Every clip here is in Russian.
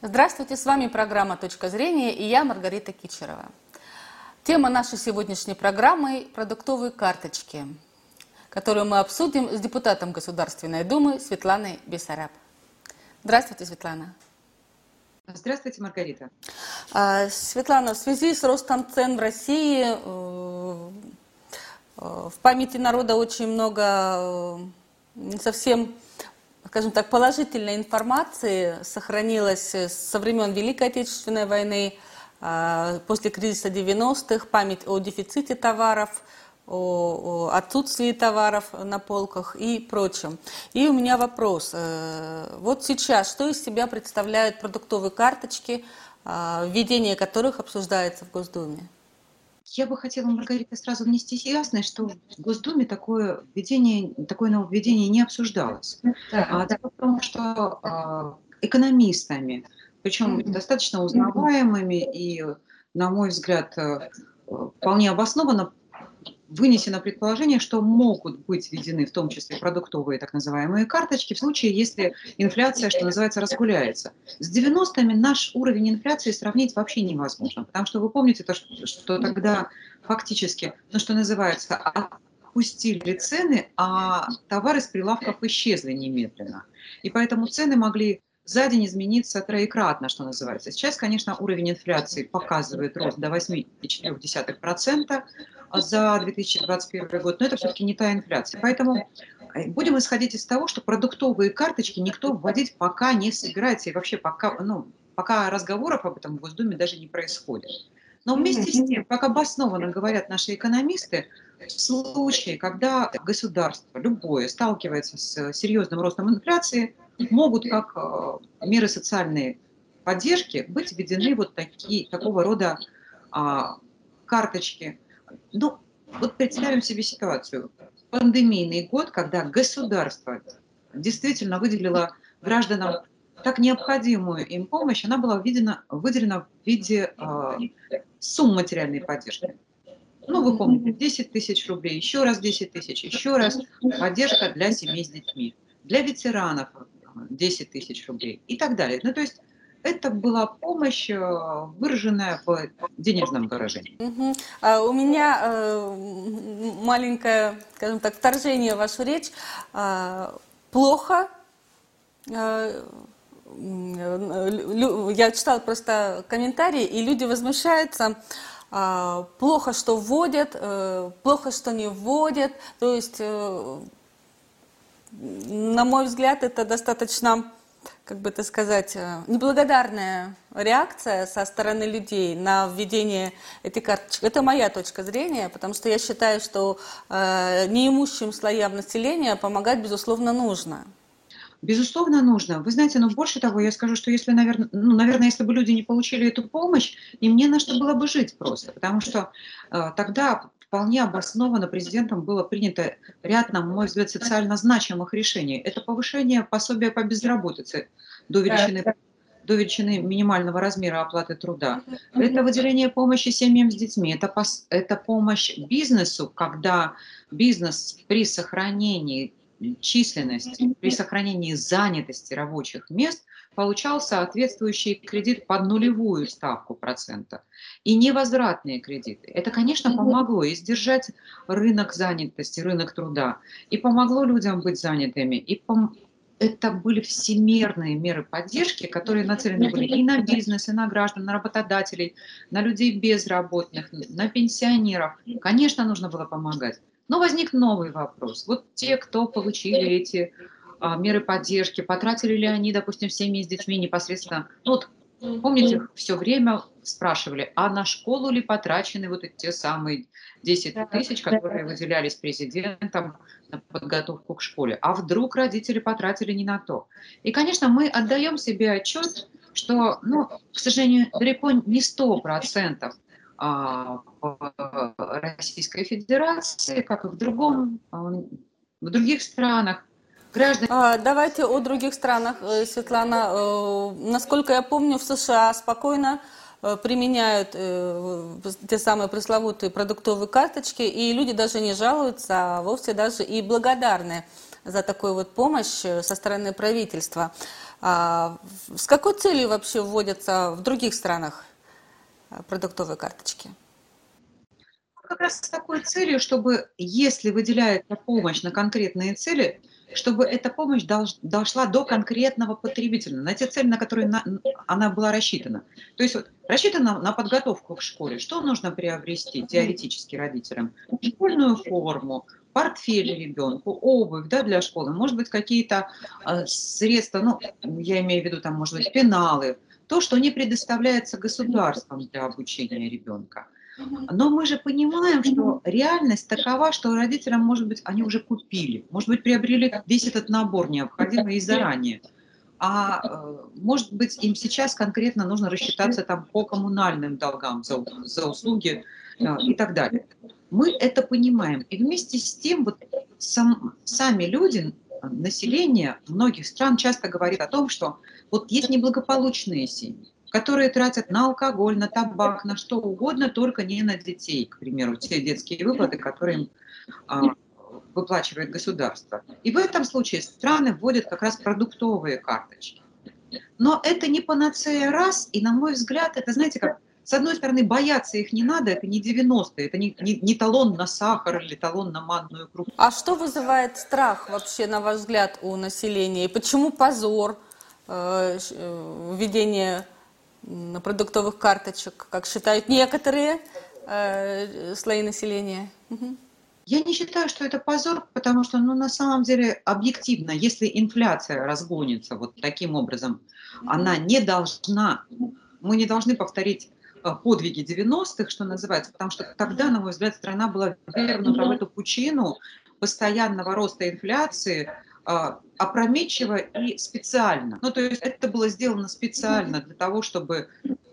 Здравствуйте, с вами программа «Точка зрения» и я, Маргарита Кичерова. Тема нашей сегодняшней программы – продуктовые карточки, которую мы обсудим с депутатом Государственной Думы Светланой Бессараб. Здравствуйте, Светлана. Здравствуйте, Маргарита. Светлана, в связи с ростом цен в России в памяти народа очень много не совсем, скажем так, положительной информации сохранилась со времен Великой Отечественной войны, после кризиса 90-х, память о дефиците товаров, о отсутствии товаров на полках и прочем. И у меня вопрос. Вот сейчас, что из себя представляют продуктовые карточки, введение которых обсуждается в Госдуме? Я бы хотела, Маргарита, сразу внести ясность, что в Госдуме такое нововведение не обсуждалось. Дело в том, что экономистами, причем достаточно узнаваемыми и, на мой взгляд, вполне обоснованно вынесено предположение, что могут быть введены в том числе продуктовые так называемые карточки в случае, если инфляция, что называется, раскуляется. С 90-ми наш уровень инфляции сравнить вообще невозможно, потому что вы помните, что тогда фактически, что называется, опустили цены, а товары с прилавков исчезли немедленно. И поэтому цены могли за день измениться троекратно, что называется. Сейчас, конечно, уровень инфляции показывает рост до 8,4% за 2021 год, но это все-таки не та инфляция. Поэтому будем исходить из того, что продуктовые карточки никто вводить пока не собирается, и вообще пока разговоров об этом в Госдуме даже не происходит. Но вместе с тем, как обоснованно говорят наши экономисты, в случае, когда государство любое сталкивается с серьезным ростом инфляции, могут как меры социальной поддержки быть введены вот такого рода карточки. Ну, вот представим себе ситуацию. Пандемийный год, когда государство действительно выделило гражданам так необходимую им помощь, она была выделена в виде сумм материальной поддержки. Вы помните, 10 тысяч рублей, еще раз 10 тысяч, еще раз поддержка для семей с детьми, для ветеранов 10 тысяч рублей и так далее. То есть это была помощь, выраженная в денежном выражении. У меня маленькое, скажем так, вторжение в вашу речь. Плохо. Я читала просто комментарии, и люди возмущаются. Плохо, что вводят, плохо, что не вводят. То есть, на мой взгляд, это достаточно, как бы это сказать, неблагодарная реакция со стороны людей на введение этих карточек. Это моя точка зрения, потому что я считаю, что неимущим слоям населения помогать, безусловно, нужно. Безусловно, нужно. Вы знаете, больше того, я скажу, что если, наверное, если бы люди не получили эту помощь, им не на что было бы жить просто, потому что тогда вполне обоснованно президентом было принято ряд, на мой взгляд, социально значимых решений. Это повышение пособия по безработице до величины минимального размера оплаты труда. Это выделение помощи семьям с детьми. Это помощь бизнесу, когда бизнес при сохранении численности, при сохранении занятости рабочих мест получал соответствующий кредит под нулевую ставку процента и невозвратные кредиты. Это, конечно, помогло и сдержать рынок занятости, рынок труда, и помогло людям быть занятыми, это были всемирные меры поддержки, которые нацелены были и на бизнес, и на граждан, на работодателей, на людей безработных, на пенсионеров. Конечно, нужно было помогать. Но возник новый вопрос. Вот те, кто получили эти меры поддержки, потратили ли они, допустим, семьи с детьми непосредственно? Помните, все время спрашивали, а на школу ли потрачены вот те самые 10 тысяч, которые выделялись президентом на подготовку к школе? А вдруг родители потратили не на то? И, конечно, мы отдаем себе отчет, что, к сожалению, далеко не 100% в Российской Федерации, как и в других странах. Давайте о других странах, Светлана. Насколько я помню, в США спокойно применяют те самые пресловутые продуктовые карточки, и люди даже не жалуются, а вовсе даже и благодарны за такую вот помощь со стороны правительства. С какой целью вообще вводятся в других странах продуктовые карточки? Как раз с такой целью, чтобы, если выделяется помощь на конкретные цели, чтобы эта помощь дошла до конкретного потребителя, на те цели, на которые она была рассчитана. То есть вот, рассчитана на подготовку к школе. Что нужно приобрести теоретически родителям? Школьную форму, портфель ребенку, обувь, да, для школы, может быть, какие-то средства, ну, я имею в виду, там, может быть, пеналы, то, что не предоставляется государством для обучения ребенка. Но мы же понимаем, что реальность такова, что родителям, может быть, они уже купили, может быть, приобрели весь этот набор необходимый и заранее. Может быть, им сейчас конкретно нужно рассчитаться там по коммунальным долгам за услуги и так далее. Мы это понимаем. И вместе с тем вот сами люди, население многих стран часто говорит о том, что вот есть неблагополучные семьи, которые тратят на алкоголь, на табак, на что угодно, только не на детей, к примеру, те детские выплаты, которые им выплачивает государство. И в этом случае страны вводят как раз продуктовые карточки. Но это не панацея раз, и, на мой взгляд, это, знаете, как, с одной стороны, бояться их не надо, это не 90-е, это не талон на сахар или талон на манную крупу. А что вызывает страх вообще, на ваш взгляд, у населения? И почему позор введения продуктовых карточек, как считают некоторые слои населения? Я не считаю, что это позор, потому что, ну, на самом деле, объективно, если инфляция разгонится вот таким образом, она не должна, мы не должны повторить подвиги 90-х, что называется, потому что тогда, на мой взгляд, страна была ввергнута в эту пучину постоянного роста инфляции, опрометчиво и специально. Ну, то есть это было сделано специально для того, чтобы,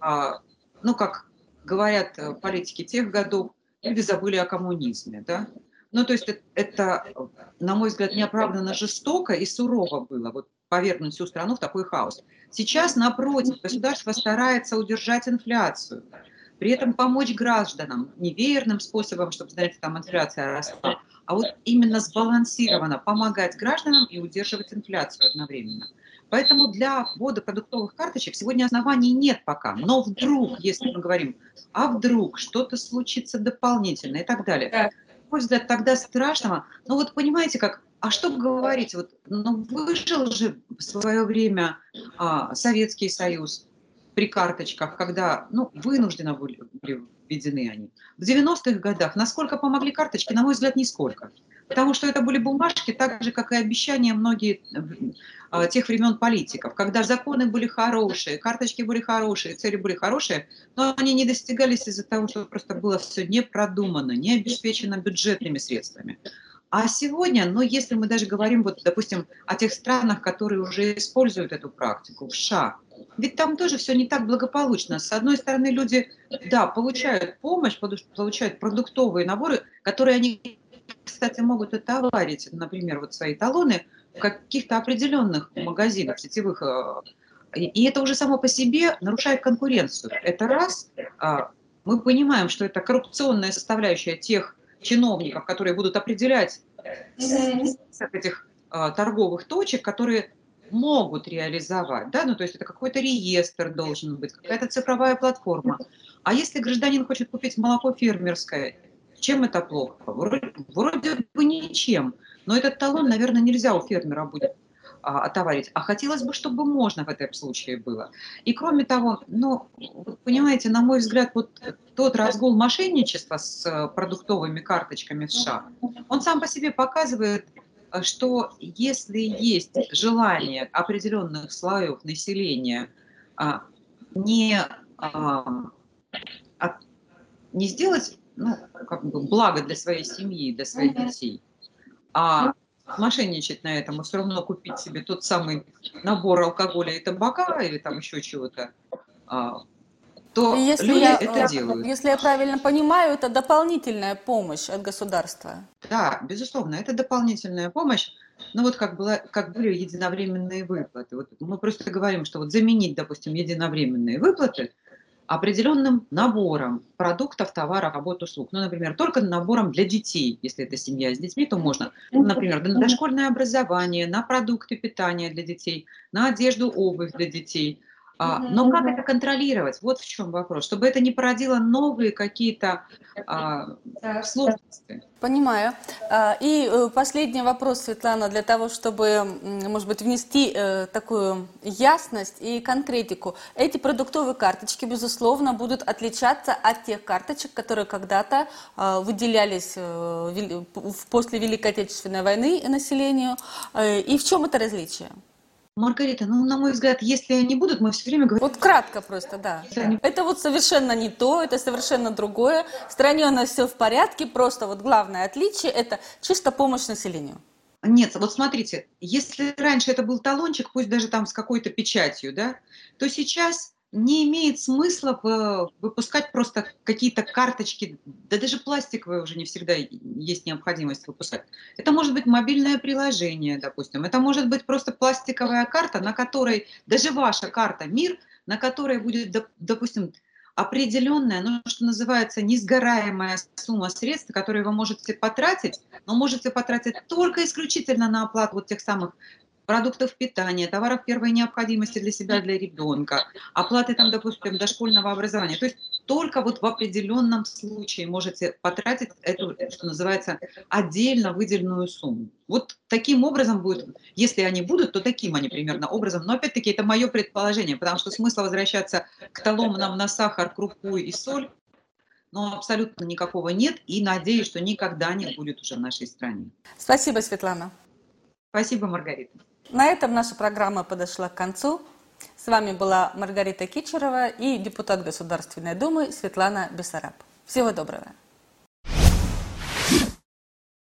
ну, как говорят политики тех годов, люди забыли о коммунизме, да? Ну, то есть это, на мой взгляд, неоправданно жестоко и сурово было, вот повергнуть всю страну в такой хаос. Сейчас, напротив, государство старается удержать инфляцию, при этом помочь гражданам неверным способом, чтобы, знаете, там инфляция росла, а вот именно сбалансированно помогать гражданам и удерживать инфляцию одновременно. Поэтому для ввода продуктовых карточек сегодня оснований нет пока. Но вдруг, если мы говорим, а вдруг что-то случится дополнительно и так далее, на мой взгляд, тогда страшного. Ну вот понимаете как, а что говорить, вот, ну выжил же в свое время Советский Союз при карточках, когда, ну, вынужденно были введены они. В 90-х годах насколько помогли карточки, на мой взгляд, нисколько. Потому что это были бумажки, так же, как и обещания многих тех времен политиков, когда законы были хорошие, карточки были хорошие, цели были хорошие, но они не достигались из-за того, что просто было все не продумано, не обеспечено бюджетными средствами. А сегодня, ну, если мы даже говорим, вот, допустим, о тех странах, которые уже используют эту практику, в США, ведь там тоже все не так благополучно. С одной стороны, люди, да, получают помощь, получают продуктовые наборы, которые они, кстати, могут отоварить, например, вот свои талоны в каких-то определенных магазинах сетевых. И это уже само по себе нарушает конкуренцию. Это раз. Мы понимаем, что это коррупционная составляющая тех чиновников, которые будут определять список этих торговых точек, которые могут реализовать, да, ну то есть это какой-то реестр должен быть, какая-то цифровая платформа. А если гражданин хочет купить молоко фермерское, чем это плохо? Вроде бы ничем, но этот талон, наверное, нельзя у фермера будет отоварить. А хотелось бы, чтобы можно в этом случае было. И кроме того, ну, понимаете, на мой взгляд, вот тот разгул мошенничества с продуктовыми карточками в США, он сам по себе показывает, что если есть желание определенных слоев населения не, не сделать, ну, как бы благо для своей семьи, для своих детей, а мошенничать на этом и все равно купить себе тот самый набор алкоголя и табака или там еще чего-то, то люди это делают. Если я правильно понимаю, это дополнительная помощь от государства. Да, безусловно, это дополнительная помощь. Ну вот как были единовременные выплаты. Вот мы просто говорим, что вот заменить, допустим, единовременные выплаты определенным набором продуктов, товаров, работ, услуг. Ну, например, только набором для детей. Если это семья с детьми, то можно. Например, на дошкольное образование, на продукты питания для детей, на одежду, обувь для детей. Но как это контролировать? Вот в чем вопрос. Чтобы это не породило новые какие-то сложности. Понимаю. И последний вопрос, Светлана, для того, чтобы, может быть, внести такую ясность и конкретику. Эти продуктовые карточки, безусловно, будут отличаться от тех карточек, которые когда-то выделялись после Великой Отечественной войны населению. И в чем это различие? Маргарита, ну, на мой взгляд, если они будут, мы все время говорим... Вот кратко просто, да. Это вот совершенно не то, это совершенно другое. В стране у нас все в порядке, просто вот главное отличие – это чисто помощь населению. Нет, вот смотрите, если раньше это был талончик, пусть даже там с какой-то печатью, да, то сейчас не имеет смысла выпускать просто какие-то карточки, да даже пластиковые уже не всегда есть необходимость выпускать. Это может быть мобильное приложение, допустим, это может быть просто пластиковая карта, на которой, даже ваша карта МИР, на которой будет, допустим, определенная, ну, что называется, несгораемая сумма средств, которые вы можете потратить, но можете потратить только исключительно на оплату вот тех самых продуктов питания, товаров первой необходимости для себя, для ребенка, оплаты там, допустим, дошкольного образования. То есть только вот в определенном случае можете потратить эту, что называется, отдельно выделенную сумму. Вот таким образом будет, если они будут, то таким они примерно образом. Но опять-таки это мое предположение, потому что смысла возвращаться к талонам нам на сахар, крупу и соль, но абсолютно никакого нет, и надеюсь, что никогда не будет уже в нашей стране. Спасибо, Светлана. Спасибо, Маргарита. На этом наша программа подошла к концу. С вами была Маргарита Кичерова и депутат Государственной Думы Светлана Бессараб. Всего доброго.